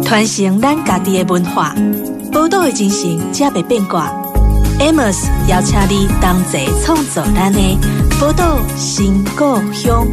传承咱家己的文化，宝岛的精神才袂变卦。Amos 邀请你同齐创造咱的宝岛新故乡。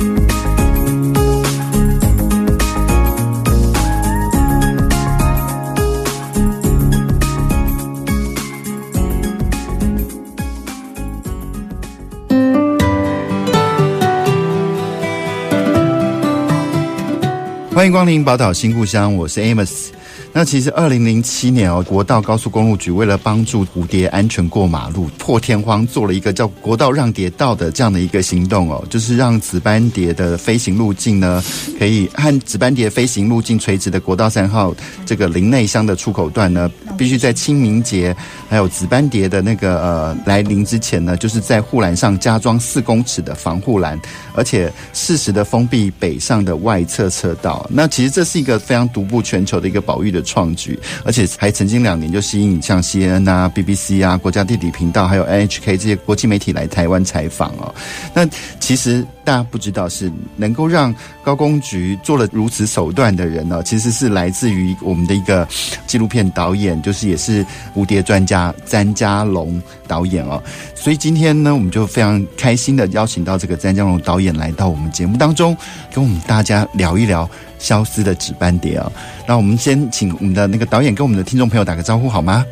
欢迎光临宝岛新故乡，我是 Amos。那其实2007年国道高速公路局为了帮助蝴蝶安全过马路，破天荒做了一个叫国道让蝶道的这样的一个行动就是让紫斑蝶的飞行路径呢，可以和紫斑蝶飞行路径垂直的国道3号这个林内乡的出口段呢，必须在清明节还有紫斑蝶的那个来临之前呢，就是在护栏上加装4公尺的防护栏，而且适时的封闭北上的外侧车道。那其实这是一个非常独步全球的一个保育的创举，而且还曾经2年就吸引像 CNN 啊、BBC 啊、国家地理频道还有 NHK 这些国际媒体来台湾采访那其实大家不知道是能够让高工局做了如此手段的人其实是来自于我们的一个纪录片导演，就是也是蝴蝶专家詹家龙导演所以今天呢，我们就非常开心的邀请到这个詹家龙导演来到我们节目当中，跟我们大家聊一聊消失的紫斑蝶那我们先请我们的那个导演跟我们的听众朋友打个招呼好吗？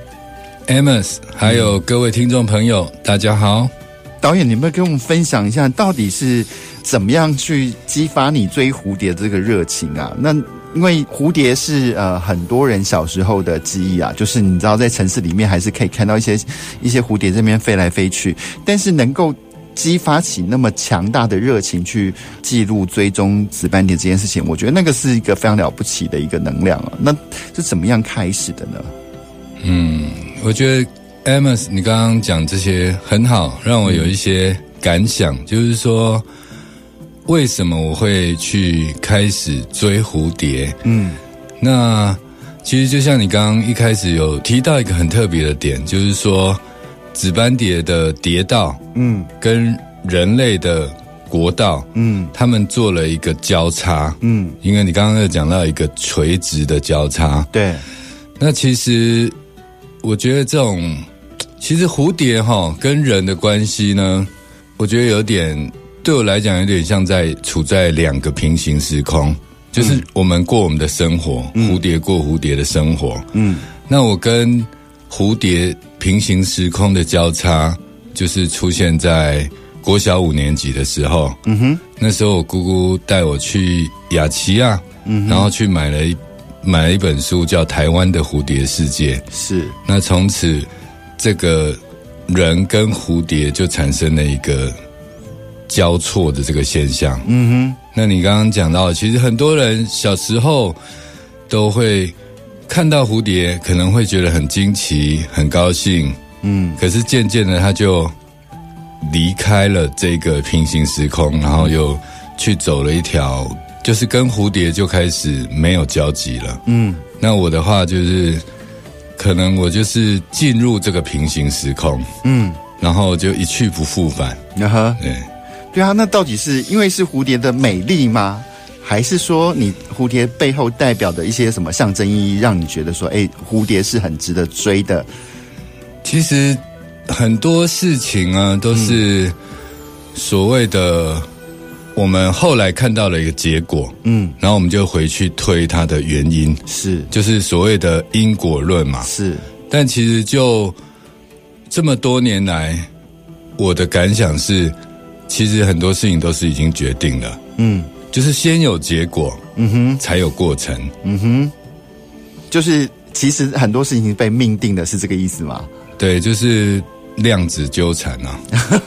Amos 还有各位听众朋友大家好。 导演，你们跟我们分享一下到底是怎么样去激发你追蝴蝶的这个热情啊？那因为蝴蝶是很多人小时候的记忆啊，就是你知道在城市里面还是可以看到一些蝴蝶这边飞来飞去，但是能够激发起那么强大的热情去记录追踪紫斑蝶这件事情，我觉得那个是一个非常了不起的一个能量那是怎么样开始的呢？ 我觉得 Amos 你刚刚讲这些很好，让我有一些感想，就是说为什么我会去开始追蝴蝶。那其实就像你刚刚一开始有提到一个很特别的点，就是说紫斑蝶的蝶道跟人类的国道他们做了一个交叉因为你刚刚有讲到一个垂直的交叉。对，那其实我觉得其实蝴蝶跟人的关系呢，我觉得有点对我来讲有点像处在2个平行时空，就是我们过我们的生活，蝴蝶过蝴蝶的生活。那我跟蝴蝶平行时空的交叉，就是出现在国小5年级的时候。那时候我姑姑带我去雅琪亚，然后去买了一本书叫《台湾的蝴蝶世界》。是，那从此这个人跟蝴蝶就产生了一个交错的这个现象。那你刚刚讲到，其实很多人小时候都会看到蝴蝶，可能会觉得很惊奇、很高兴。可是渐渐的他就离开了这个平行时空，然后又去走了一条就是跟蝴蝶就开始没有交集了。那我的话就是可能我就是进入这个平行时空，然后就一去不复返。对啊，那到底是因为是蝴蝶的美丽吗？还是说你蝴蝶背后代表的一些什么象征意义，让你觉得说，蝴蝶是很值得追的？其实很多事情啊，都是所谓的我们后来看到了一个结果，然后我们就回去推它的原因，就是所谓的因果论嘛。但其实就这么多年来，我的感想是，其实很多事情都是已经决定了，就是先有结果，才有过程， 就是其实很多事情被命定的，是这个意思吗？ 对，就是量子纠缠啊。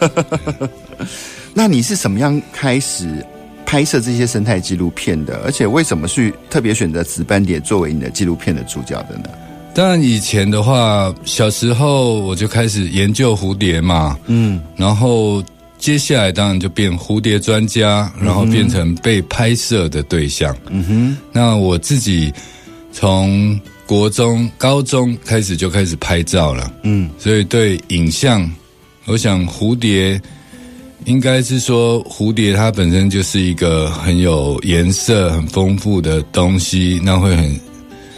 那你是什么样开始拍摄这些生态纪录片的？而且为什么去特别选择紫斑蝶作为你的纪录片的主角的呢？ 当然以前的话，小时候我就开始研究蝴蝶嘛，然后接下来当然就变蝴蝶专家，然后变成被拍摄的对象。那我自己从国中、高中开始就开始拍照了，所以对影像，我想蝴蝶应该是说，蝴蝶它本身就是一个很有颜色、很丰富的东西，那会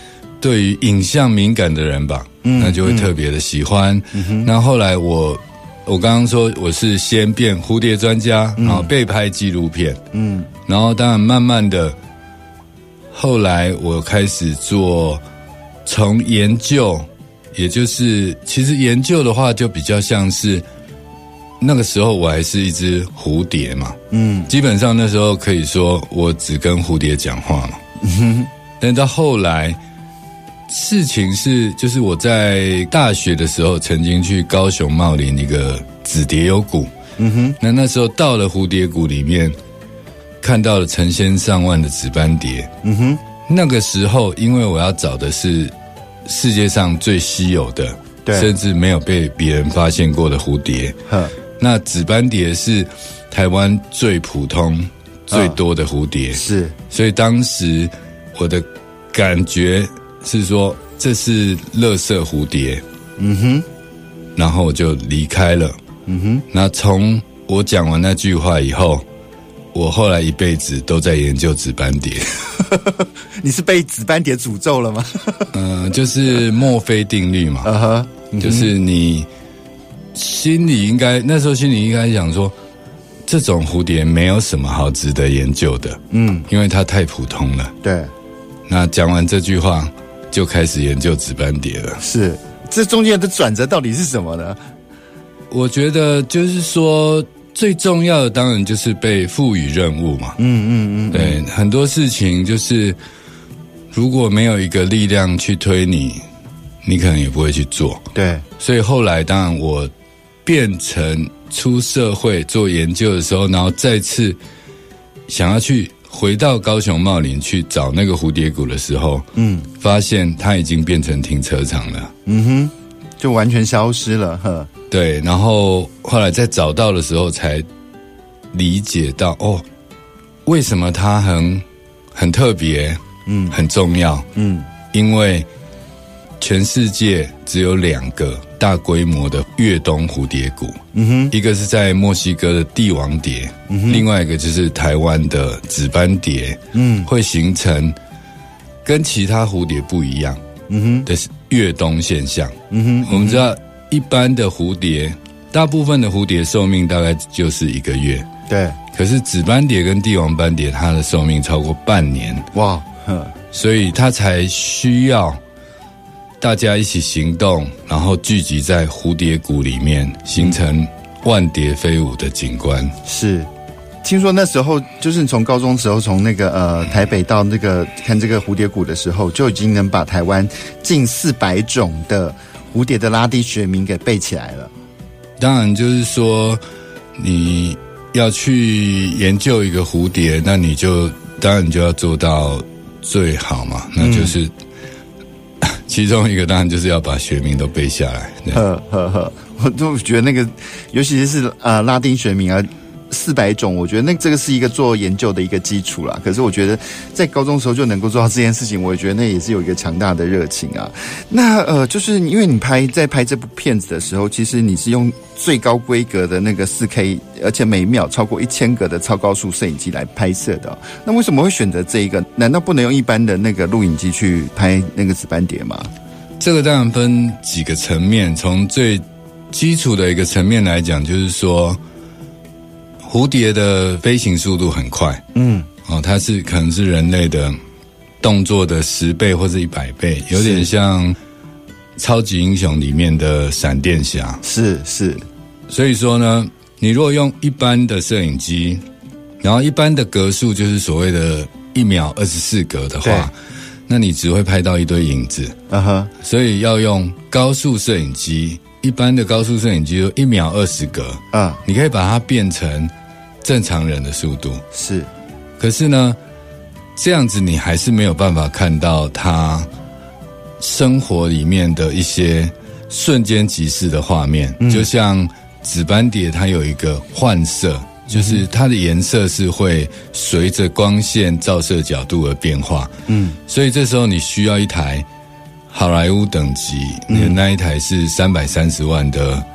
对于影像敏感的人吧，那就会特别的喜欢。那后来我刚刚说我是先变蝴蝶专家，然后被拍纪录片，然后当然慢慢的，后来我开始做从研究，也就是其实研究的话就比较像是那个时候我还是一只蝴蝶嘛，基本上那时候可以说我只跟蝴蝶讲话嘛，但到后来事情是，就是我在大学的时候曾经去高雄茂林一个紫蝶蛹谷，那时候到了蝴蝶谷里面，看到了成千上万的紫斑蝶，那个时候因为我要找的是世界上最稀有的，甚至没有被别人发现过的蝴蝶，那紫斑蝶是台湾最普通、最多的蝴蝶，是，所以当时我的感觉是说这是垃圾蝴蝶，然后我就离开了，那从我讲完那句话以后，我后来一辈子都在研究紫斑蝶。 你是被紫斑蝶诅咒了吗？ 就是墨菲定律嘛，就是你心里应该那时候心里应该想说，这种蝴蝶没有什么好值得研究的，因为它太普通了。对，那讲完这句话，就开始研究紫斑蝶了。是，这中间的转折到底是什么呢？我觉得就是说，最重要的当然就是被赋予任务嘛。对，很多事情就是如果没有一个力量去推你，你可能也不会去做。对，所以后来当然我变成出社会做研究的时候，然后再次想要去回到高雄茂林去找那个蝴蝶谷的时候，发现它已经变成停车场了，就完全消失了，呵。对，然后后来在找到的时候才理解到，为什么它很特别，很重要，因为全世界只有2个大规模的越冬蝴蝶谷，一个是在墨西哥的帝王蝶，另外一个就是台湾的紫斑蝶，会形成跟其他蝴蝶不一样的越冬现象。我们知道一般的蝴蝶，大部分的蝴蝶寿命大概就是1个月，对。可是紫斑蝶跟帝王斑蝶，它的寿命超过半年，哇，所以它才需要大家一起行动，然后聚集在蝴蝶谷里面，形成万蝶飞舞的景观。是，听说那时候就是你从高中的时候，从那个台北到那个看这个蝴蝶谷的时候，就已经能把台湾近400种的蝴蝶的拉丁学名给背起来了。当然就是说你要去研究一个蝴蝶，那你就当然就要做到最好嘛，那就是其中一个当然就是要把学名都背下来。我就觉得那个尤其是拉丁学名啊，400种，我觉得这个是一个做研究的一个基础啦。可是我觉得在高中的时候就能够做到这件事情，我觉得那也是有一个强大的热情啊。那就是因为你在拍这部片子的时候，其实你是用最高规格的那个 4K， 而且每秒超过1000个的超高速摄影机来拍摄的。那为什么会选择这一个？难道不能用一般的那个录影机去拍那个紫斑蝶吗？这个当然分几个层面，从最基础的一个层面来讲，就是说蝴蝶的飞行速度很快，它是可能是人类的动作的10倍或是100倍，有点像超级英雄里面的闪电侠。是。所以说呢，你如果用一般的摄影机，然后一般的格数就是所谓的1秒24格的话，那你只会拍到一堆影子。所以要用高速摄影机，一般的高速摄影机就1秒20格，你可以把它变成正常人的速度。是，可是呢，这样子你还是没有办法看到他生活里面的一些瞬间即逝的画面。就像紫斑蝶，它有一个幻色，就是它的颜色是会随着光线照射角度而变化。所以这时候你需要一台好莱坞等级，那一台是330万的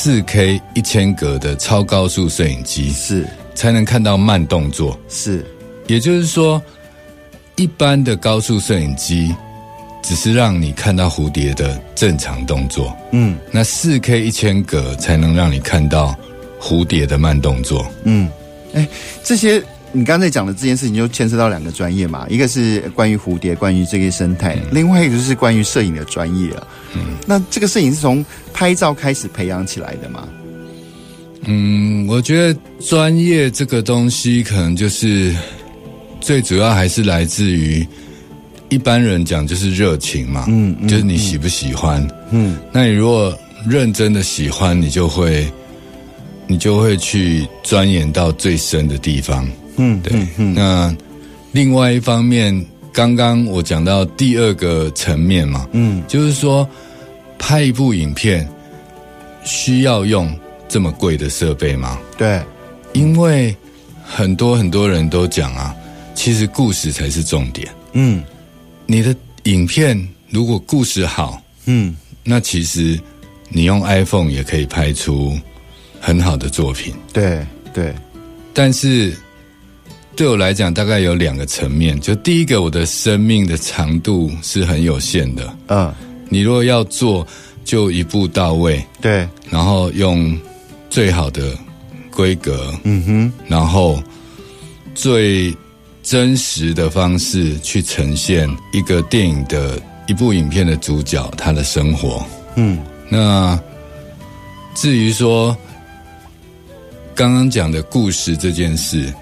4K 1000格的超高速摄影机，是才能看到慢动作。是，也就是说，一般的高速摄影机， 只是让你看到蝴蝶的正常动作，那 4K 1000格才能让你看到蝴蝶的慢动作。 这些你刚才讲的这件事情就牵涉到2个专业嘛，一个是关于蝴蝶，关于这个生态，另外一个就是关于摄影的专业啊。那这个摄影是从拍照开始培养起来的吗？ 我觉得专业这个东西可能就是最主要还是来自于一般人讲就是热情嘛，就是你喜不喜欢，那你如果认真的喜欢，你就会去钻研到最深的地方，对。那另外一方面，刚刚我讲到第2个层面嘛，就是说拍一部影片需要用这么贵的设备吗？ 对， 因为很多人都讲啊，其实故事才是重点。你的影片如果故事好，那其实你用 iPhone 也可以拍出很好的作品。 对。 但是对我来讲，大概有2个层面。就第一个，我的生命的长度是很有限的。你如果要做，就一步到位。对。然后用最好的规格，然后最真实的方式去呈现一个电影的一部影片的主角他的生活。那至于说刚刚讲的故事这件事，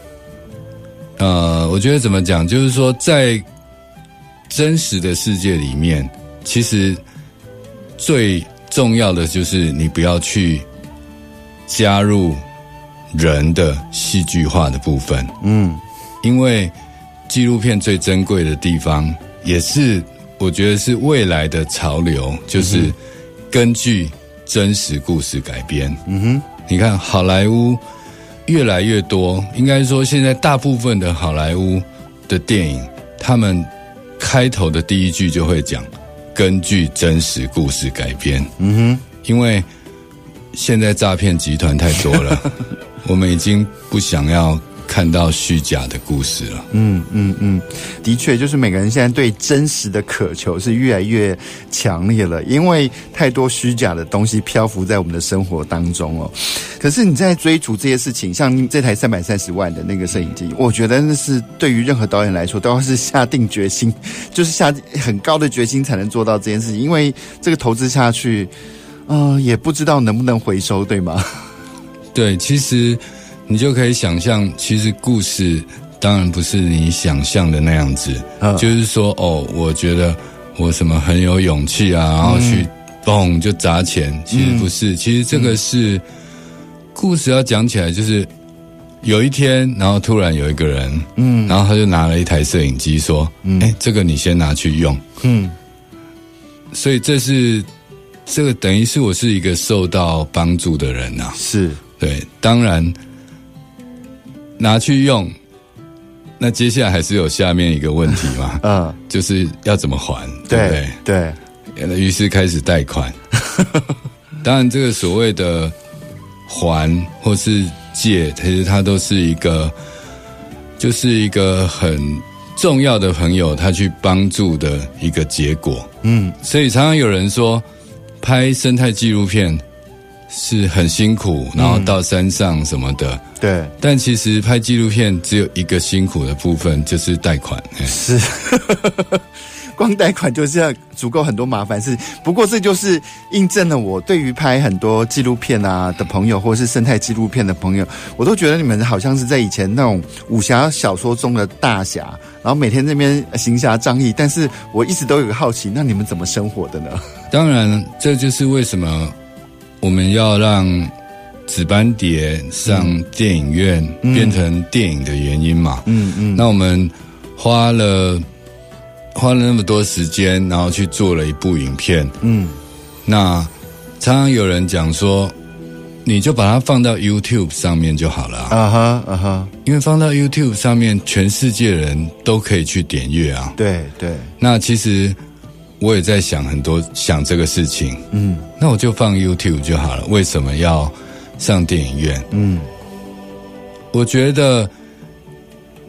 我觉得怎么讲，就是说在真实的世界里面，其实最重要的就是你不要去加入人的戏剧化的部分。因为纪录片最珍贵的地方，也是我觉得是未来的潮流，就是根据真实故事改编。你看好莱坞越来越多，应该说现在大部分的好莱坞的电影，他们开头的第一句就会讲根据真实故事改编。因为现在诈骗集团太多了，我们已经不想要看到虚假的故事了。 的确，就是每个人现在对真实的渴求是越来越强烈了，因为太多虚假的东西漂浮在我们的生活当中哦。可是你在追逐这些事情，像这台330万的那个摄影机，我觉得那是对于任何导演来说都要是下定决心，就是下很高的决心才能做到这件事情，因为这个投资下去，也不知道能不能回收，对吗？ 对，其实你就可以想象，其实故事当然不是你想象的那样子。就是说，我觉得我什么很有勇气啊，然后去嘣就砸钱，其实不是。其实这个是故事要讲起来，就是有一天，然后突然有一个人，然后他就拿了一台摄影机说，这个你先拿去用。所以这个等于是我是一个受到帮助的人啊。是。对，当然拿去用，那接下来还是有下面一个问题嘛，就是要怎么还，对不对？对，于是开始贷款。当然，这个所谓的还或是借，其实它都是一个，就是一个很重要的朋友他去帮助的一个结果。所以常常有人说，拍生态纪录片是很辛苦，然后到山上什么的。对。但其实拍纪录片只有一个辛苦的部分，就是贷款。是。光贷款就是要足够很多麻烦事。不过这就是印证了我对于拍很多纪录片啊的朋友，或是生态纪录片的朋友，我都觉得你们好像是在以前那种武侠小说中的大侠，然后每天那边行侠仗义。但是我一直都有个好奇，那你们怎么生活的呢？当然，这就是为什么我们要让紫斑蝶上电影院变成电影的原因嘛。那我们花了那么多时间，然后去做了一部影片。那常常有人讲说，你就把它放到 YouTube 上面就好了。因为放到 YouTube 上面，全世界人都可以去点阅啊。对。那其实我也在想这个事情。那我就放 YouTube 就好了，为什么要上电影院？我觉得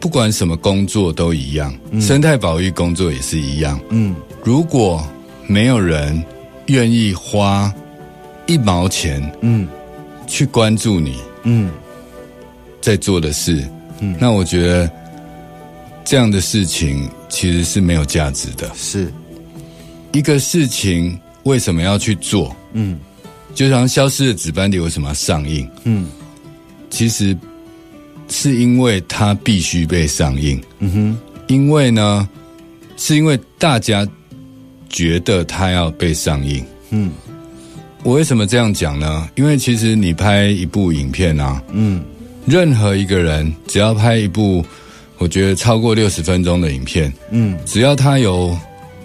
不管什么工作都一样，生态保育工作也是一样。如果没有人愿意花1毛钱，去关注你，在做的事，那我觉得这样的事情其实是没有价值的。 是一个事情为什么要去做？就像消失的紫斑蝶为什么要上映？其实是因为它必须被上映。因为呢，是因为大家觉得它要被上映。我为什么这样讲呢？因为其实你拍一部影片啊，任何一个人只要拍一部，我觉得超过60分钟的影片，只要他有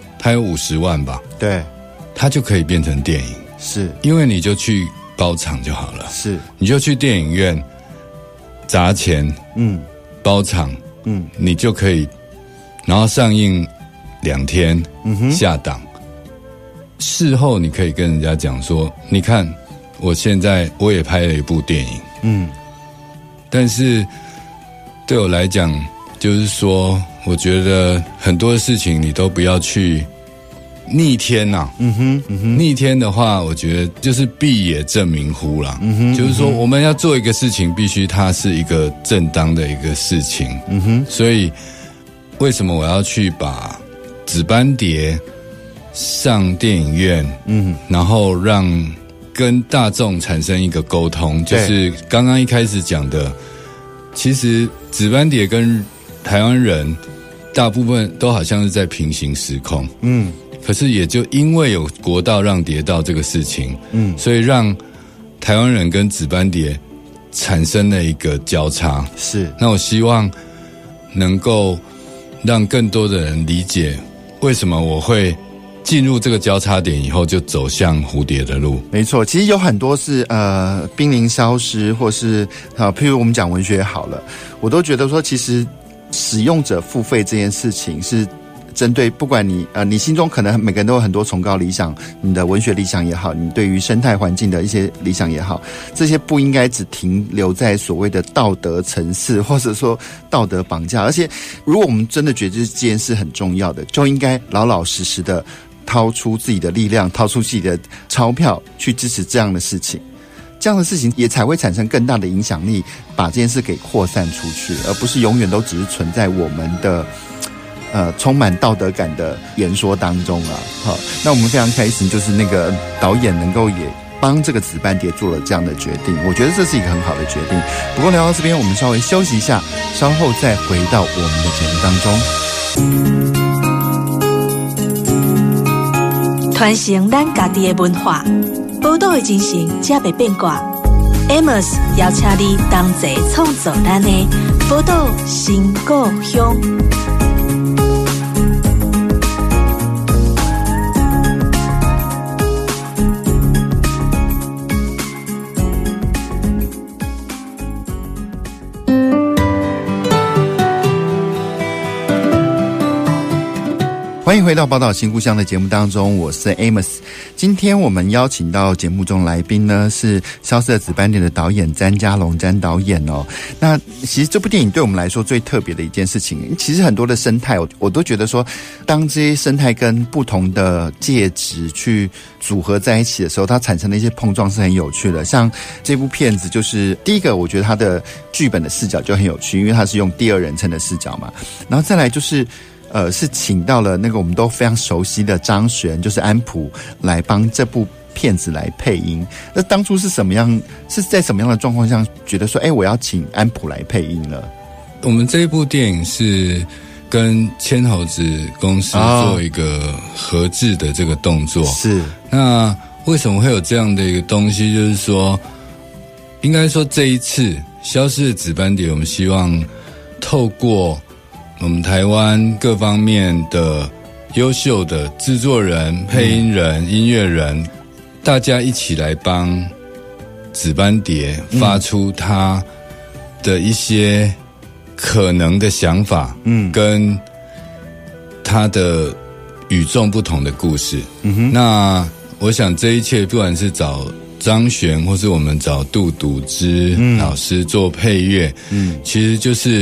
50万吧， 对， 他就可以变成电影。 是因为你就去包场就好了， 是你就去电影院砸钱，包场，你就可以，然后上映2天，下档。事后你可以跟人家讲说，你看我现在我也拍了一部电影，但是对我来讲，就是说我觉得很多事情你都不要去逆天啊。逆天的话，我觉得就是必也正名乎啦。就是说我们要做一个事情，必须它是一个正当的一个事情。所以为什么我要去把紫斑蝶上电影院，然后让跟大众产生一个沟通，就是刚刚一开始讲的，其实紫斑蝶跟台湾人大部分都好像是在平行时空，可是也就因为有国道让蝶道这个事情，所以让台湾人跟紫斑蝶产生了一个交叉。 是， 那我希望能够让更多的人理解为什么我会进入这个交叉点以后就走向蝴蝶的路。 没错，其实有很多是濒临消失，或是譬如我们讲文学好了，我都觉得说，其实使用者付费这件事情是针对不管你你心中可能每个人都有很多崇高理想，你的文学理想也好，你对于生态环境的一些理想也好，这些不应该只停留在所谓的道德层次，或者说道德绑架。而且如果我们真的觉得这件事很重要的，就应该老老实实的掏出自己的力量，掏出自己的钞票去支持这样的事情。这样的事情也才会产生更大的影响力，把这件事给扩散出去，而不是永远都只是存在我们的充满道德感的言说当中啊。好，那我们非常开心，就是那个导演能够也帮这个紫斑蝶做了这样的决定，我觉得这是一个很好的决定。不过聊到这边，我们稍微休息一下，稍后再回到我们的节目当中。传承咱家己的文化，宝岛的精神才袂变卦。Amos 邀请你同齐创造咱的宝岛新故乡。 欢迎回到宝岛新故乡的节目当中，我是 Amos。今天我们邀请到节目中来宾呢，是消失的紫斑蝶的导演詹家龙詹导演哦。那其实这部电影对我们来说最特别的一件事情，其实很多的生态我都觉得说，当这些生态跟不同的介质去组合在一起的时候，它产生的一些碰撞是很有趣的。像这部片子，就是第一个我觉得它的剧本的视角就很有趣，因为它是用第二人称的视角嘛。然后再来就是是请到了那个我们都非常熟悉的张悬，就是安普来帮这部片子来配音。那当初是在什么样的状况下觉得说，我要请安普来配音了？ 我们这一部电影是跟千猴子公司做一个合制的这个动作。 是。 那为什么会有这样的一个东西？就是说，应该说这一次消失的紫斑蝶，我们希望透过我们台湾各方面的优秀的制作人、配音人、音乐人，大家一起来帮紫斑蝶发出他的一些可能的想法，跟他的与众不同的故事。那我想这一切，不管是找张悬，或是我们找杜笃之老师做配乐，其实就是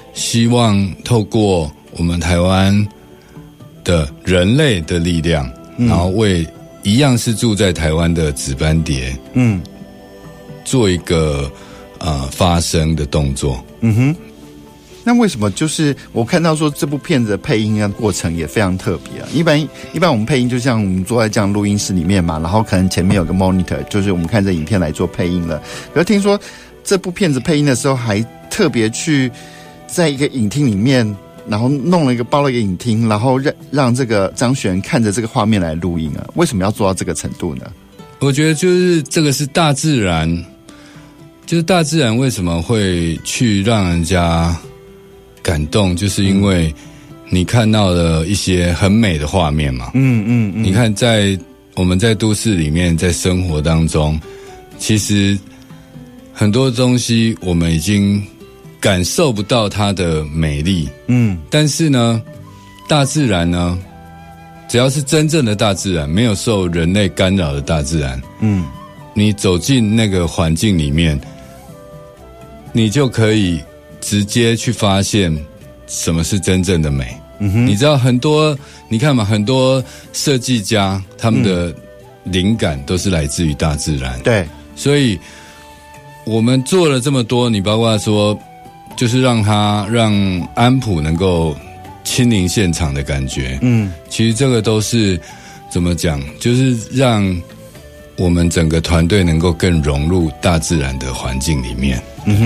希望透过我们台湾的人类的力量，然后为一样是住在台湾的紫斑蝶，做一个发声的动作。 那为什么就是我看到说这部片子的配音的过程也非常特别啊？一般我们配音就像我们坐在这样录音室里面嘛，然后可能前面有个 monitor， 就是我们看着影片来做配音了。可是听说这部片子配音的时候还特别去在一个影厅里面，然后包了一个影厅，然后让这个张悬看着这个画面来录音啊？为什么要做到这个程度呢？ 我觉得就是这个是大自然，就是大自然为什么会去让人家感动，就是因为你看到了一些很美的画面嘛。你看我们在都市里面，在生活当中，其实很多东西我们已经感受不到它的美丽。但是呢，大自然呢，只要是真正的大自然，没有受人类干扰的大自然，你走进那个环境里面，你就可以直接去发现什么是真正的美。你知道你看嘛，很多设计家他们的灵感都是来自于大自然。 对， 所以我们做了这么多，你包括说就是让安普能够亲临现场的感觉。其实这个都是怎么讲，就是让我们整个团队能够更融入大自然的环境里面。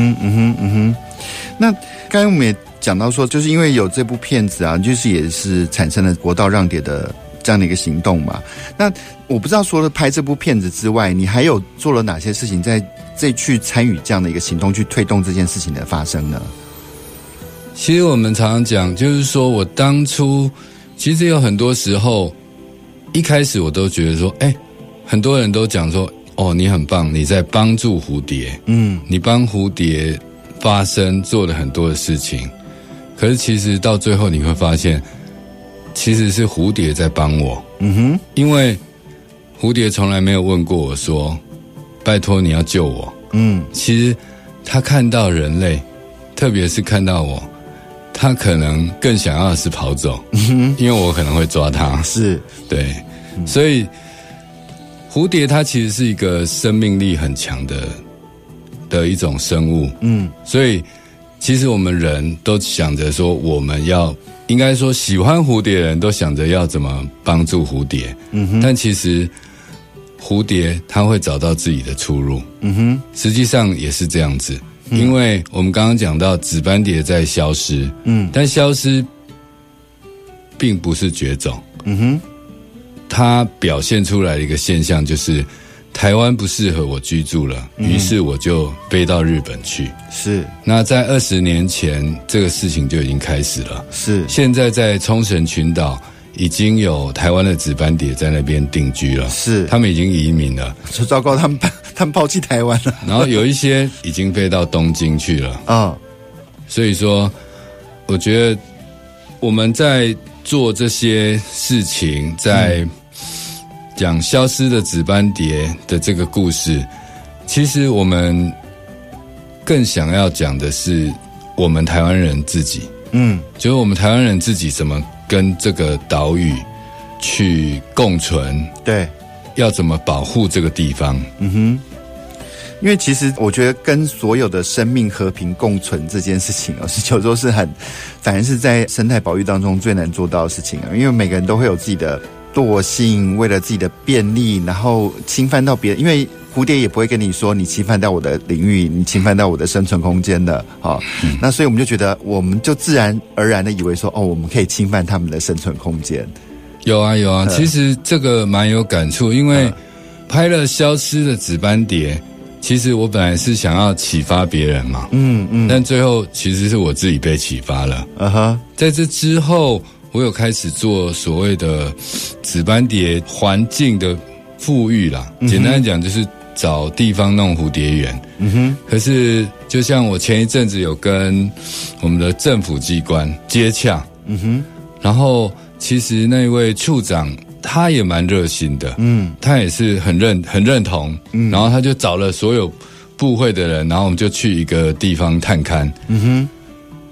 那刚才我们也讲到说，就是因为有这部片子啊，就是也是产生了国道让蝶的这样的一个行动嘛。那我不知道除了拍这部片子之外，你还有做了哪些事情再去参与这样的一个行动，去推动这件事情的发生呢？其实我们常常讲，就是说我当初其实有很多时候，一开始我都觉得说，很多人都讲说，你很棒，你在帮助蝴蝶，你帮蝴蝶发声，做了很多的事情。可是其实到最后你会发现，其实是蝴蝶在帮我。因为蝴蝶从来没有问过我说，拜托你要救我。其实他看到人类，特别是看到我，他可能更想要的是跑走，因为我可能会抓他。 是， 对，所以蝴蝶它其实是一个生命力很强的一种生物。所以其实我们人都想着说，应该说喜欢蝴蝶的人都想着要怎么帮助蝴蝶。但其实蝴蝶它会找到自己的出路。实际上也是这样子。因为我们刚刚讲到紫斑蝶在消失，但消失并不是绝种。它表现出来的一个现象就是台湾不适合我居住了，于是我就飞到日本去。 是， 那在20年前这个事情就已经开始了。 是， 现在在冲绳群岛已经有台湾的紫斑蝶在那边定居了。 是， 他们已经移民了。 就糟糕，他们抛弃台湾了。 然后有一些已经飞到东京去了。所以说我觉得我们在做这些事情，在讲消失的紫斑蝶的这个故事，其实我们更想要讲的是我们台湾人自己。就是我们台湾人自己怎么跟这个岛屿去共存， 对， 要怎么保护这个地方。 因为其实我觉得跟所有的生命和平共存这件事情有时候是反而是在生态保育当中最难做到的事情。因为每个人都会有自己的惰性，为了自己的便利，然后侵犯到别人。因为蝴蝶也不会跟你说你侵犯到我的领域，你侵犯到我的生存空间的。那所以我们就觉得，我们就自然而然的以为说，我们可以侵犯他们的生存空间。有啊， 其实这个蛮有感触，因为拍了消失的紫斑蝶，其实我本来是想要启发别人嘛。但最后其实是我自己被启发了。在这之后，我有开始做所谓的紫斑蝶环境的富裕啦。简单讲就是找地方弄蝴蝶园。可是就像我前一阵子有跟我们的政府机关接洽。然后其实那位处长他也蛮热心的。他也是很认同。然后他就找了所有部会的人，然后我们就去一个地方探勘。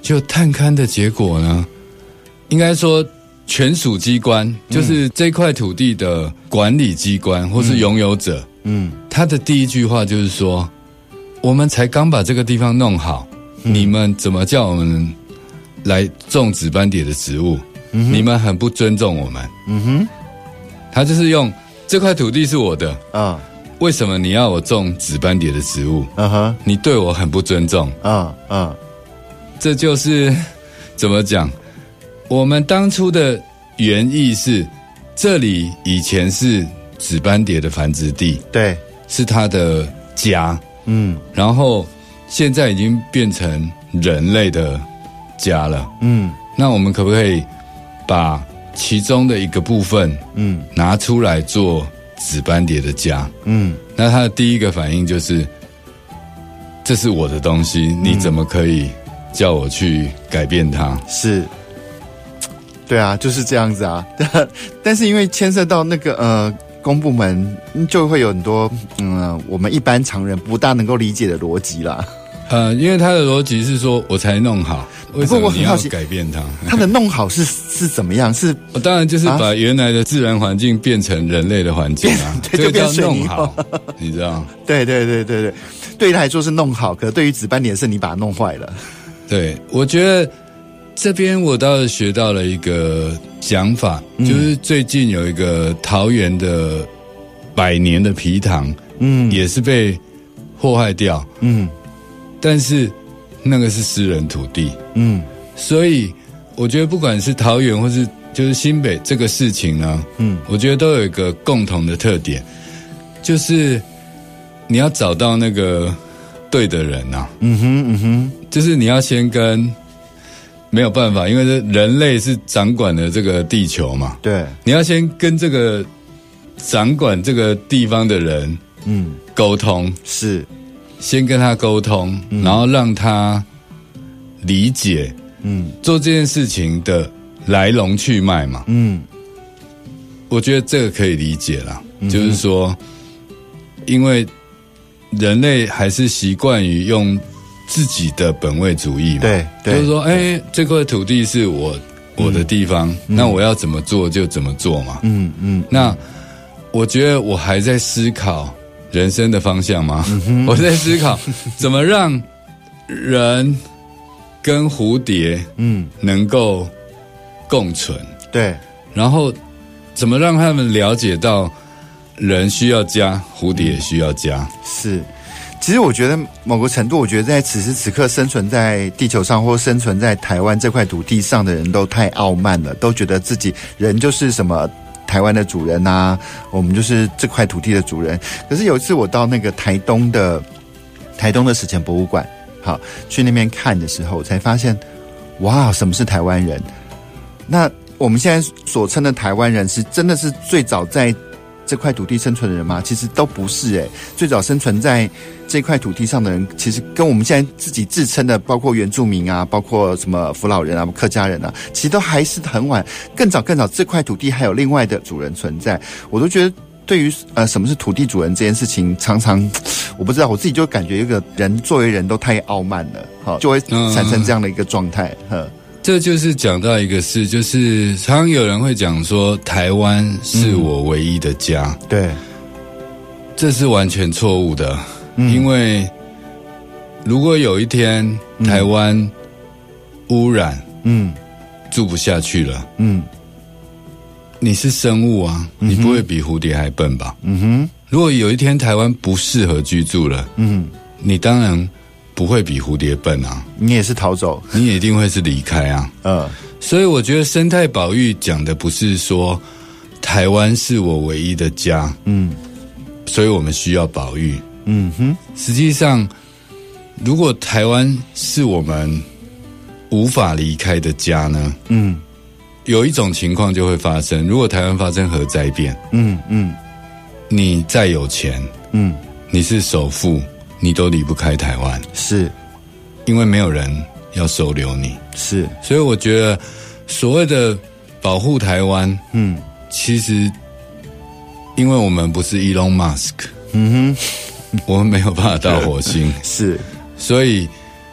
就探勘的结果呢，应该说权属机关，就是这块土地的管理机关或是拥有者，他的第一句话就是说，我们才刚把这个地方弄好，你们怎么叫我们来种紫斑蝶的植物？你们很不尊重我们。他就是用这块土地是我的啊，为什么你要我种紫斑蝶的植物？你对我很不尊重。这就是怎么讲？我们当初的原意是，这里以前是紫斑蝶的繁殖地， 对， 是它的家。然后现在已经变成人类的家了。那我们可不可以把其中的一个部分，拿出来做紫斑蝶的家？那他的第一个反应就是，这是我的东西，你怎么可以叫我去改变它？ 是，对啊，就是这样子啊。但是因为牵涉到那个公部门，就会有很多我们一般常人不大能够理解的逻辑啦。 因为他的逻辑是说，我才弄好，为什么你要改变它？ 他的弄好是怎么样？是当然就是把原来的自然环境变成人类的环境啊， 对，就变水泥弄好，你知道？ 对，对于他来说是弄好，可是对于紫斑蝶是你把它弄坏了。 对，我觉得这边我倒是学到了一个想法，就是最近有一个桃园的100年的埤塘，也是被祸害掉，但是那个是私人土地，所以我觉得不管是桃园或是就是新北这个事情呢，我觉得都有一个共同的特点，就是你要找到那个对的人啊，就是你要先跟，没有办法，因为人类是掌管的这个地球嘛， 对， 你要先跟这个掌管这个地方的人，沟通， 是。 先跟他沟通，然后让他理解，做这件事情的来龙去脉嘛，我觉得这个可以理解啦，就是说，因为人类还是习惯于用自己的本位主义嘛， 对， 就是说，这块土地是我的地方，那我要怎么做就怎么做嘛，那我觉得我还在思考人生的方向吗？我在思考怎么让人跟蝴蝶能够共存， 对， 然后怎么让他们了解到人需要家，蝴蝶也需要家。 是，其实我觉得某个程度，我觉得在此时此刻生存在地球上或生存在台湾这块土地上的人都太傲慢了，都觉得自己人就是什么台湾的主人啊，我们就是这块土地的主人。可是有一次我到那个台东的史前博物馆，好去那边看的时候，我才发现，哇，什么是台湾人？那我们现在所称的台湾人是真的是最早在这块土地生存的人吗？其实都不是最早生存在这块土地上的人，其实跟我们现在自己自称的，包括原住民啊，包括什么福佬人啊、客家人啊，其实都还是很晚，更早，这块土地还有另外的主人存在。我都觉得，对于什么是土地主人这件事情，常常我不知道，我自己就感觉一个人作为人都太傲慢了，好，就会产生这样的一个状态。 这就是讲到一个事，就是常常有人会讲说，台湾是我唯一的家， 对， 这是完全错误的，因为如果有一天台湾污染，住不下去了，你是生物啊，你不会比蝴蝶还笨吧？如果有一天台湾不适合居住了，你当然不会比蝴蝶笨啊， 你也是逃走， 你也一定会是离开啊。所以我觉得生态保育讲的不是说台湾是我唯一的家，所以我们需要保育。实际上，如果台湾是我们无法离开的家呢？有一种情况就会发生，如果台湾发生核灾变，你再有钱，你是首富，你都离不开台湾， 是因为没有人要收留你， 是， 所以我觉得所谓的保护台湾，其实因为我们不是 Elon Musk，我们没有办法到火星， 是， 所以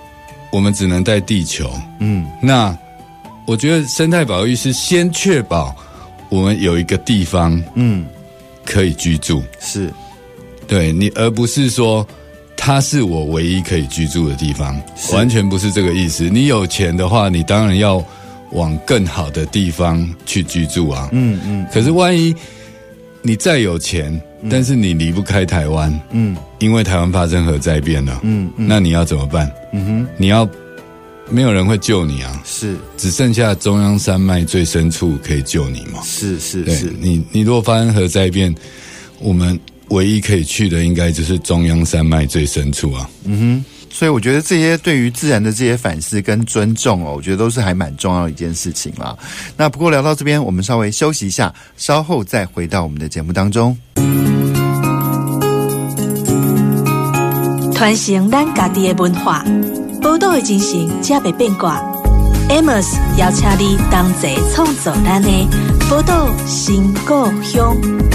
我们只能在地球。那我觉得生态保育是先确保我们有一个地方，可以居住， 是对你，而不是说它是我唯一可以居住的地方，完全不是这个意思。你有钱的话，你当然要往更好的地方去居住啊。可是万一你再有钱，但是你离不开台湾，因为台湾发生核灾变了，那你要怎么办？你要没有人会救你啊， 是只剩下中央山脉最深处可以救你嘛。 是你如果发生核灾变，我们唯一可以去的应该就是中央山脉最深处啊。 所以我觉得这些对于自然的这些反思跟尊重我觉得都是还蛮重要的一件事情啦。那不过聊到这边，我们稍微休息一下，稍后再回到我们的节目当中。 传承咱家己的文化，宝岛的精神才袂变卦。Amos 邀请你同齐创造咱的宝岛新故乡。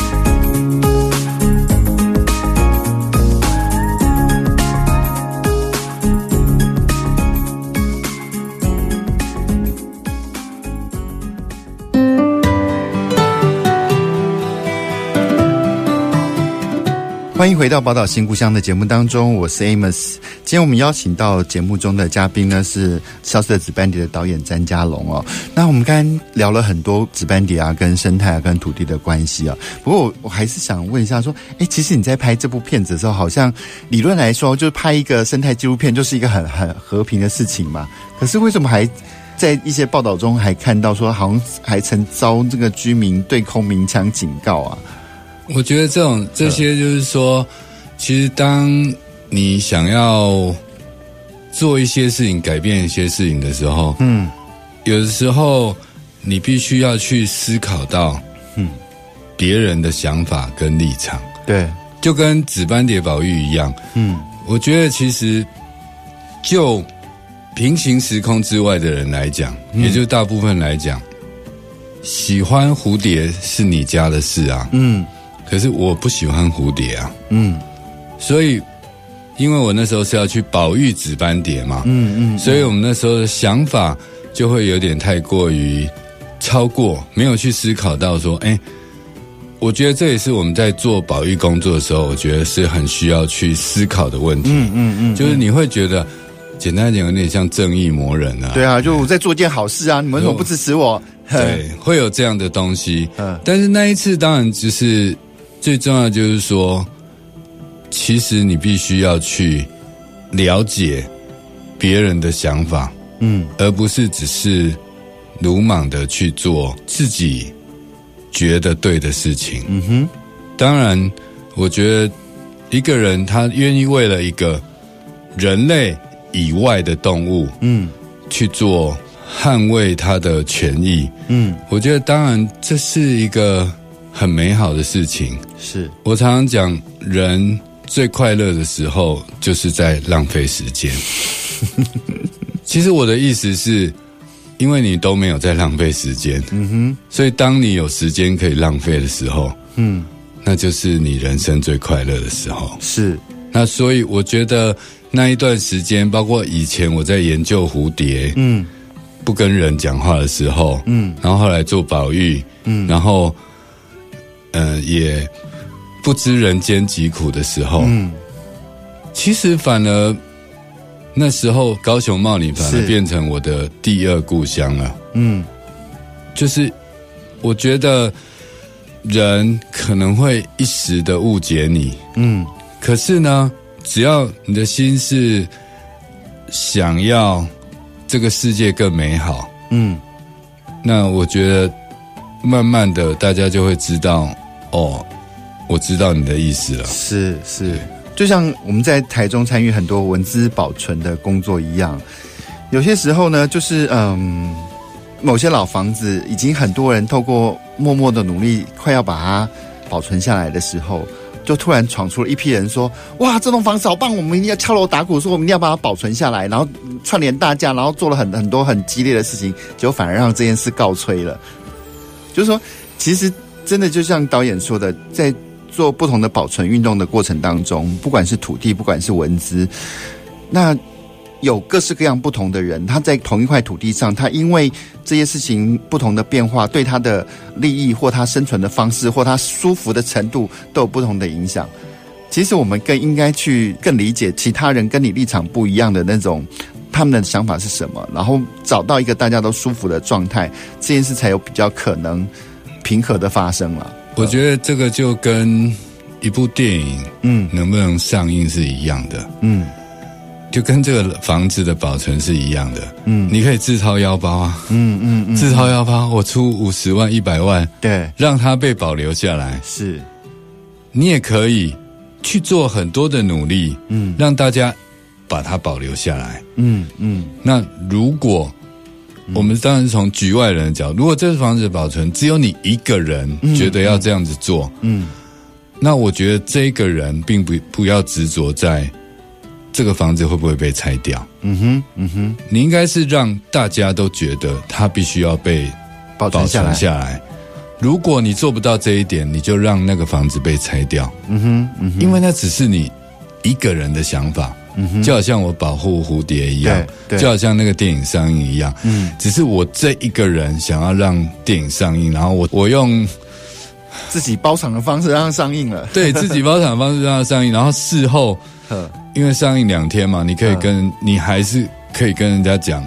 欢迎回到宝岛新故乡的节目当中，我是 Amos。今天我们邀请到节目中的嘉宾呢是消失的紫斑蝶的导演詹家龙那我们刚刚聊了很多紫斑蝶跟生态跟土地的关系不过我还是想问一下说，其实你在拍这部片子的时候，好像理论来说就是拍一个生态纪录片就是一个很和平的事情嘛，可是为什么还在一些报道中还看到说好像还曾遭这个居民对空鸣枪警告我觉得这些就是说，其实当你想要做一些事情、改变一些事情的时候，有的时候你必须要去思考到，别人的想法跟立场。 对， 就跟紫斑蝶保育一样。我觉得其实就平行时空之外的人来讲，也就大部分来讲，喜欢蝴蝶是你家的事啊。可是我不喜欢蝴蝶啊，所以因为我那时候是要去保育紫斑蝶嘛，所以我们那时候的想法就会有点太过于超过，没有去思考到说，我觉得这也是我们在做保育工作的时候，我觉得是很需要去思考的问题。就是你会觉得，简单讲有点像正义魔人啊。 对啊，就我在做一件好事啊，你们为什么不支持我？ 对，会有这样的东西。但是那一次当然就是最重要的就是说，其实你必须要去了解别人的想法，而不是只是鲁莽的去做自己觉得对的事情。当然我觉得一个人他愿意为了一个人类以外的动物去做捍卫他的权益，我觉得当然这是一个很美好的事情。 是我常常讲，人最快乐的时候就是在浪费时间。其实我的意思是，因为你都没有在浪费时间，所以当你有时间可以浪费的时候，那就是你人生最快乐的时候。 是， 那所以我觉得那一段时间，包括以前我在研究蝴蝶，不跟人讲话的时候，然后后来做保育，然后也不知人间疾苦的时候，其实反而那时候高雄茂林反而变成我的第二故乡了。就是我觉得人可能会一时的误解你，可是呢，只要你的心是想要这个世界更美好，那我觉得慢慢的大家就会知道，我知道你的意思了。 是，就像我们在台中参与很多文资保存的工作一样，有些时候呢，就是某些老房子已经很多人透过默默的努力，快要把它保存下来的时候，就突然闯出了一批人说，哇，这栋房子好棒，我们一定要敲锣打鼓说我们一定要把它保存下来，然后串联大家，然后做了很多很激烈的事情，结果反而让这件事告吹了。就是说其实真的就像导演说的，在做不同的保存运动的过程当中，不管是土地，不管是文资，那有各式各样不同的人，他在同一块土地上，他因为这些事情不同的变化，对他的利益或他生存的方式或他舒服的程度都有不同的影响。其实我们更应该去更理解其他人跟你立场不一样的那种他们的想法是什么，然后找到一个大家都舒服的状态，这件事才有比较可能平和的发生了。 我觉得这个就跟一部电影能不能上映是一样的，就跟这个房子的保存是一样的，你可以自掏腰包啊，自掏腰包，我出50万100万， 对， 让它被保留下来， 是， 你也可以去做很多的努力，让大家把它保留下来，那如果我们当然是从局外人的角度，如果这个房子的保存只有你一个人觉得要这样子做，那我觉得这个人并不要执着在这个房子会不会被拆掉，你应该是让大家都觉得它必须要被保存下来。如果你做不到这一点，你就让那个房子被拆掉，因为那只是你一个人的想法，就好像我保护蝴蝶一样，就好像那个电影上映一样，只是我这一个人想要让电影上映，然后我用自己包场的方式让它上映了， 对，自己包场的方式让它上映，然后事后因为上映2天嘛，你还是可以跟人家讲，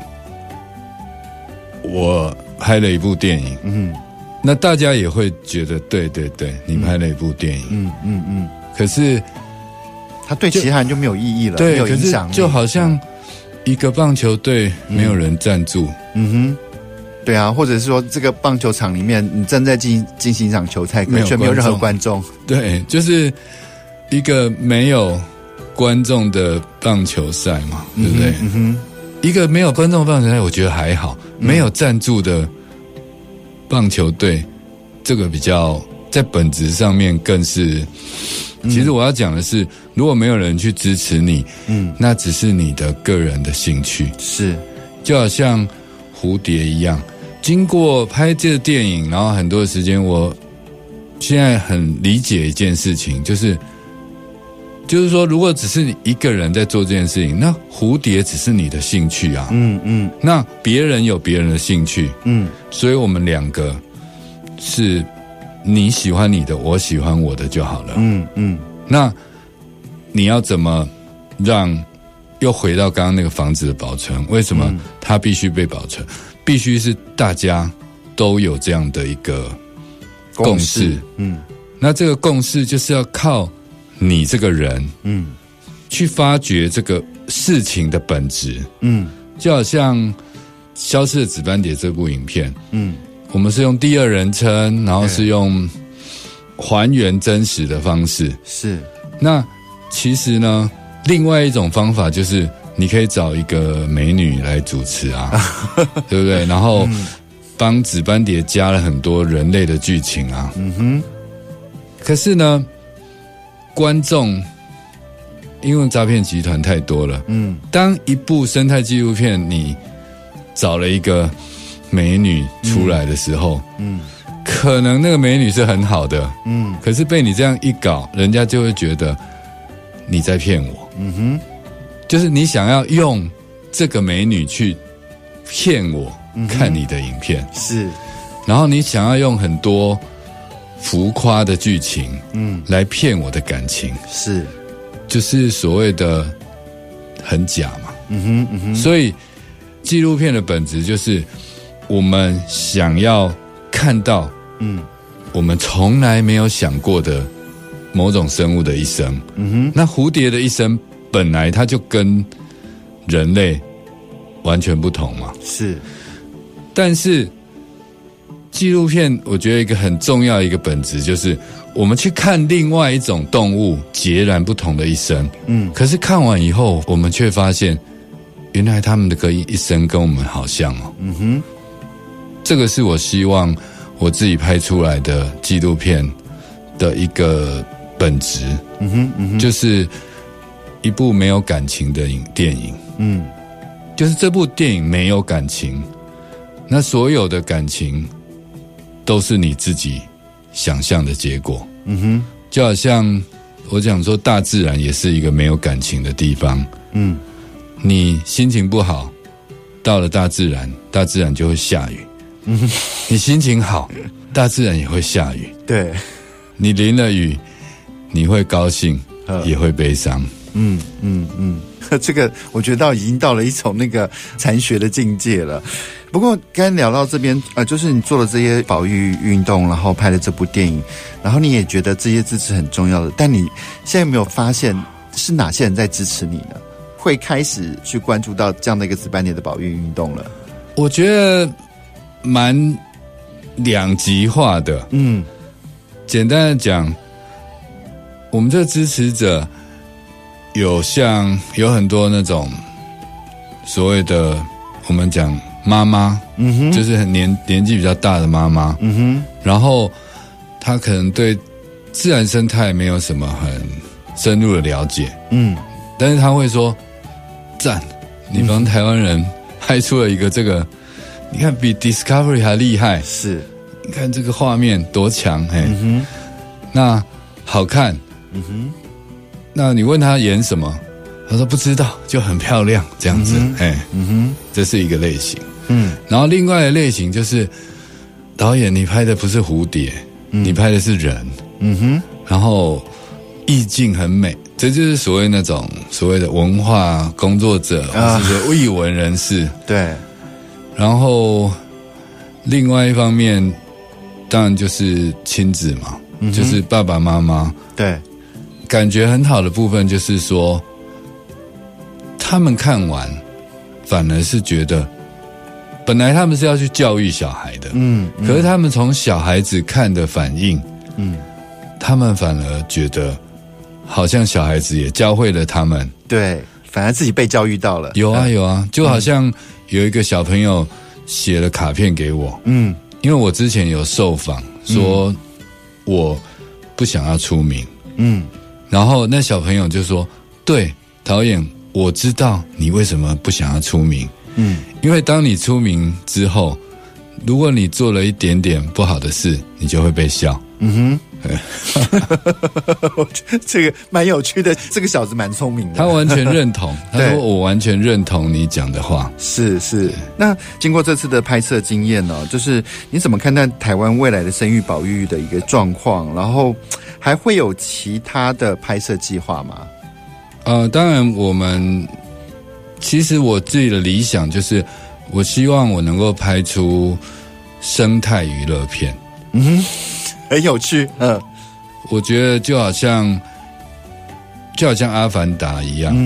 我拍了一部电影，那大家也会觉得对，你拍了一部电影，可是他对其他人就没有意义了， 对， 没有影响力， 就好像一个棒球队没有人赞助， 对啊，或者是说这个棒球场里面你正在进行一场球赛，可却没有任何观众，对， 就是一个没有观众的棒球赛嘛，对不对？一个没有观众的棒球赛，我觉得还好，没有赞助的棒球队，这个比较在本质上面更是。其实我要讲的是，如果没有人去支持你，那只是你的个人的兴趣， 是， 就好像蝴蝶一样。经过拍这个电影，然后很多的时间，我现在很理解一件事情，就是说，如果只是你一个人在做这件事情，那蝴蝶只是你的兴趣啊，那别人有别人的兴趣，所以我们两个是你喜欢你的，我喜欢我的就好了，那你要怎么让？又回到刚刚那个房子的保存，为什么它必须被保存？必须是大家都有这样的一个共识，那这个共识就是要靠你这个人，去发掘这个事情的本质，就好像《消失的紫斑蝶》这部影片，我们是用第二人称，然后是用还原真实的方式， 是。 那其实呢？另外一种方法就是你可以找一个美女来主持啊，对不对？然后帮紫斑蝶加了很多人类的剧情啊。可是呢，观众因为诈骗集团太多了，当一部生态纪录片你找了一个美女出来的时候，可能那个美女是很好的，可是被你这样一搞，人家就会觉得你在骗我。就是你想要用这个美女去骗我看你的影片， 是， 然后你想要用很多浮夸的剧情，来骗我的感情， 是， 就是所谓的很假嘛，所以纪录片的本质就是我们想要看到，我们从来没有想过的某种生物的一生，那蝴蝶的一生本来它就跟人类完全不同嘛， 是。 但是纪录片我觉得一个很重要的一个本质就是我们去看另外一种动物截然不同的一生，可是看完以后我们却发现原来他们的一生跟我们好像哦，这个是我希望我自己拍出来的纪录片的一个本质，就是一部没有感情的电影，就是这部电影没有感情，那所有的感情都是你自己想象的结果，就好像我讲说大自然也是一个没有感情的地方， 你心情不好，到了大自然，大自然就会下雨。你心情好，大自然也会下雨。 对， 你淋了雨，你会高兴，也会悲伤。 这个我觉得已经到了一种那个禅学的境界了。不过刚才聊到这边，就是你做了这些保育运动，然后拍了这部电影，然后你也觉得这些支持很重要的，但你现在有没有发现是哪些人在支持你呢？会开始去关注到这样的一个紫斑蝶的保育运动了？ 我觉得蛮两极化的。简单的讲，我们这支持者有很多那种所谓的我们讲妈妈，就是年纪比较大的妈妈，然后她可能对自然生态没有什么很深入的了解，但是她会说赞，你帮台湾人拍出了一个这个，你看比 Discovery 还厉害， 是， 你看这个画面多强，那好看，那你问他演什么，他说不知道，就很漂亮这样子，这是一个类型。然后另外的类型就是导演你拍的不是蝴蝶，你拍的是人，然后意境很美，这就是所谓那种所谓的文化工作者或是说艺文人士。 对。 然后另外一方面当然就是亲子嘛，就是爸爸妈妈。对。感觉很好的部分就是说，他们看完反而是觉得，本来他们是要去教育小孩的，可是他们从小孩子看的反应，他们反而觉得好像小孩子也教会了他们，对，反而自己被教育到了。有啊，就好像有一个小朋友写了卡片给我，因为我之前有受访说我不想要出名，然后那小朋友就说，对，导演，我知道你为什么不想要出名，因为当你出名之后，如果你做了一点点不好的事，你就会被笑。我觉得这个蛮有趣的，这个小子蛮聪明的，他完全认同，他说我完全认同你讲的话。是。那经过这次的拍摄经验呢，就是你怎么看待台湾未来的生育保育的一个状况？然后还会有其他的拍摄计划吗？当然其实我自己的理想就是我希望我能够拍出生态娱乐片。很有趣。我觉得就好像阿凡达一样，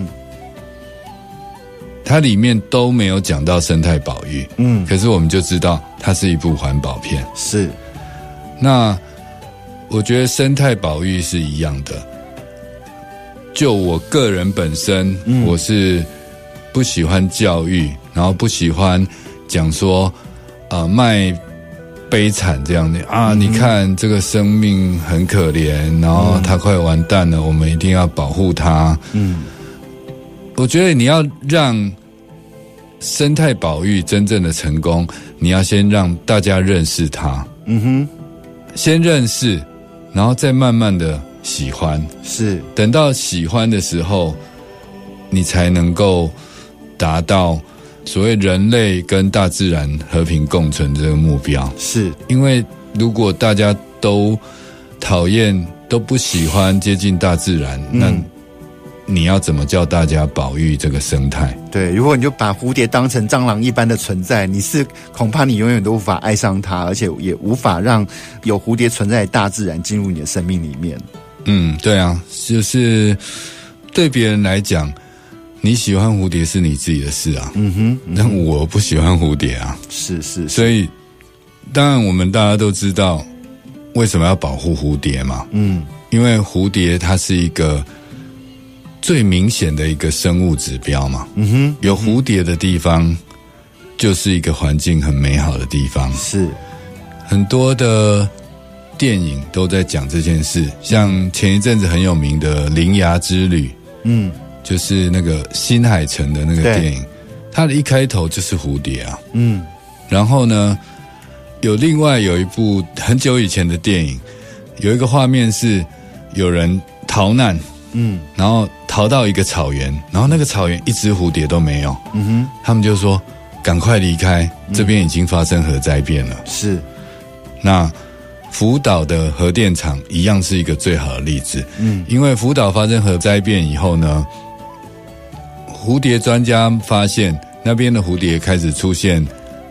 它里面都没有讲到生态保育，可是我们就知道它是一部环保片。是。那我觉得生态保育是一样的，就我个人本身，我是不喜欢教育，然后不喜欢讲说卖悲惨这样的你看这个生命很可怜，然后它快完蛋了，我们一定要保护它。我觉得你要让生态保育真正的成功，你要先让大家认识它。先认识，然后再慢慢的喜欢。是。等到喜欢的时候，你才能够达到所谓人类跟大自然和平共存这个目标。是。因为如果大家都讨厌，都不喜欢接近大自然，那你要怎么叫大家保育这个生态？对，如果你就把蝴蝶当成蟑螂一般的存在，恐怕你永远都无法爱上它，而且也无法让有蝴蝶存在的大自然进入你的生命里面。对啊，就是对别人来讲，你喜欢蝴蝶是你自己的事啊。但我不喜欢蝴蝶啊。是。所以当然我们大家都知道为什么要保护蝴蝶嘛。因为蝴蝶它是一个最明显的一个生物指标嘛。有蝴蝶的地方就是一个环境很美好的地方。是。很多的电影都在讲这件事，像前一阵子很有名的《铃芽之旅》，就是那个新海诚的那个电影，它的一开头就是蝴蝶啊。然后呢，另外有一部很久以前的电影，有一个画面是有人逃难，然后逃到一个草原，然后那个草原一只蝴蝶都没有，他们就说赶快离开，这边已经发生核灾变了。 是， 那福岛的核电厂一样是一个最好的例子，因为福岛发生核灾变以后呢，蝴蝶专家发现那边的蝴蝶开始出现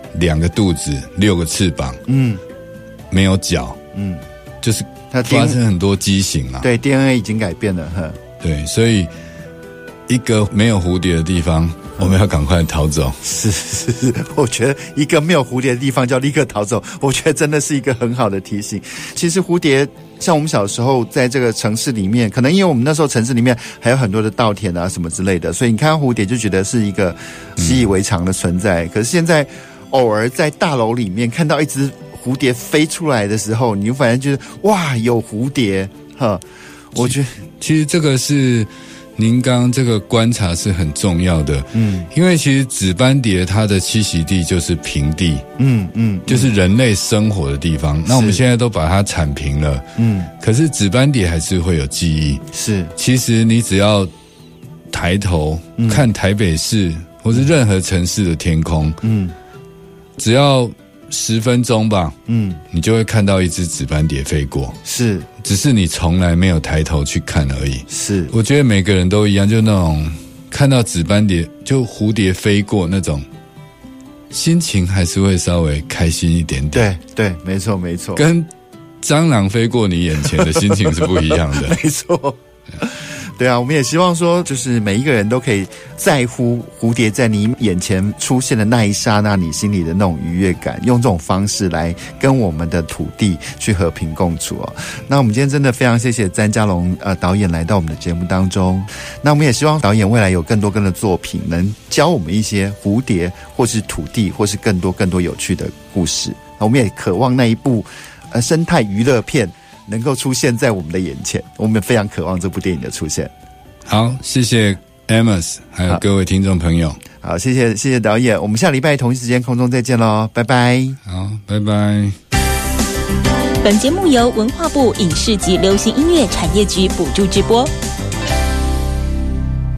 2个肚子、6个翅膀，没有脚，就是发生很多畸形啊。 对 ，DNA 已经改变了， 对，所以一个没有蝴蝶的地方，我们要赶快逃走。 是，我觉得一个没有蝴蝶的地方就要立刻逃走，我觉得真的是一个很好的提醒。其实蝴蝶像我们小时候在这个城市里面，可能因为我们那时候城市里面还有很多的稻田啊什么之类的，所以你看到蝴蝶就觉得是一个习以为常的存在。可是现在偶尔在大楼里面看到一只蝴蝶飞出来的时候，你就反正觉得哇，有蝴蝶哈。我觉得其实这个是您刚刚这个观察是很重要的，因为其实紫斑蝶它的栖息地就是平地，就是人类生活的地方。那我们现在都把它铲平了，可是紫斑蝶还是会有记忆。 是， 其实你只要抬头看台北市或是任何城市的天空，只要10分钟吧，你就会看到一只紫斑蝶飞过。 是， 只是你从来没有抬头去看而已。 是， 我觉得每个人都一样，就那种看到紫斑蝶，就蝴蝶飞过那种，心情还是会稍微开心一点点。 对，没错， 跟蟑螂飞过你眼前的心情是不一样的。 没错。对啊，我们也希望说，就是每一个人都可以在乎蝴蝶在你眼前出现的那一刹那，你心里的那种愉悦感，用这种方式来跟我们的土地去和平共处哦。那我们今天真的非常谢谢詹家龙导演来到我们的节目当中。那我们也希望导演未来有更多的作品，能教我们一些蝴蝶或是土地，或是更多有趣的故事。我们也渴望那一部生态娱乐片能够出现在我们的眼前，我们非常渴望这部电影的出现。 好，谢谢 Amos 还有各位听众朋友。 好，谢谢导演，我们下礼拜同一时间空中再见咯，拜拜。 好，拜拜。 本节目由文化部影视及流行音乐产业局补助直播。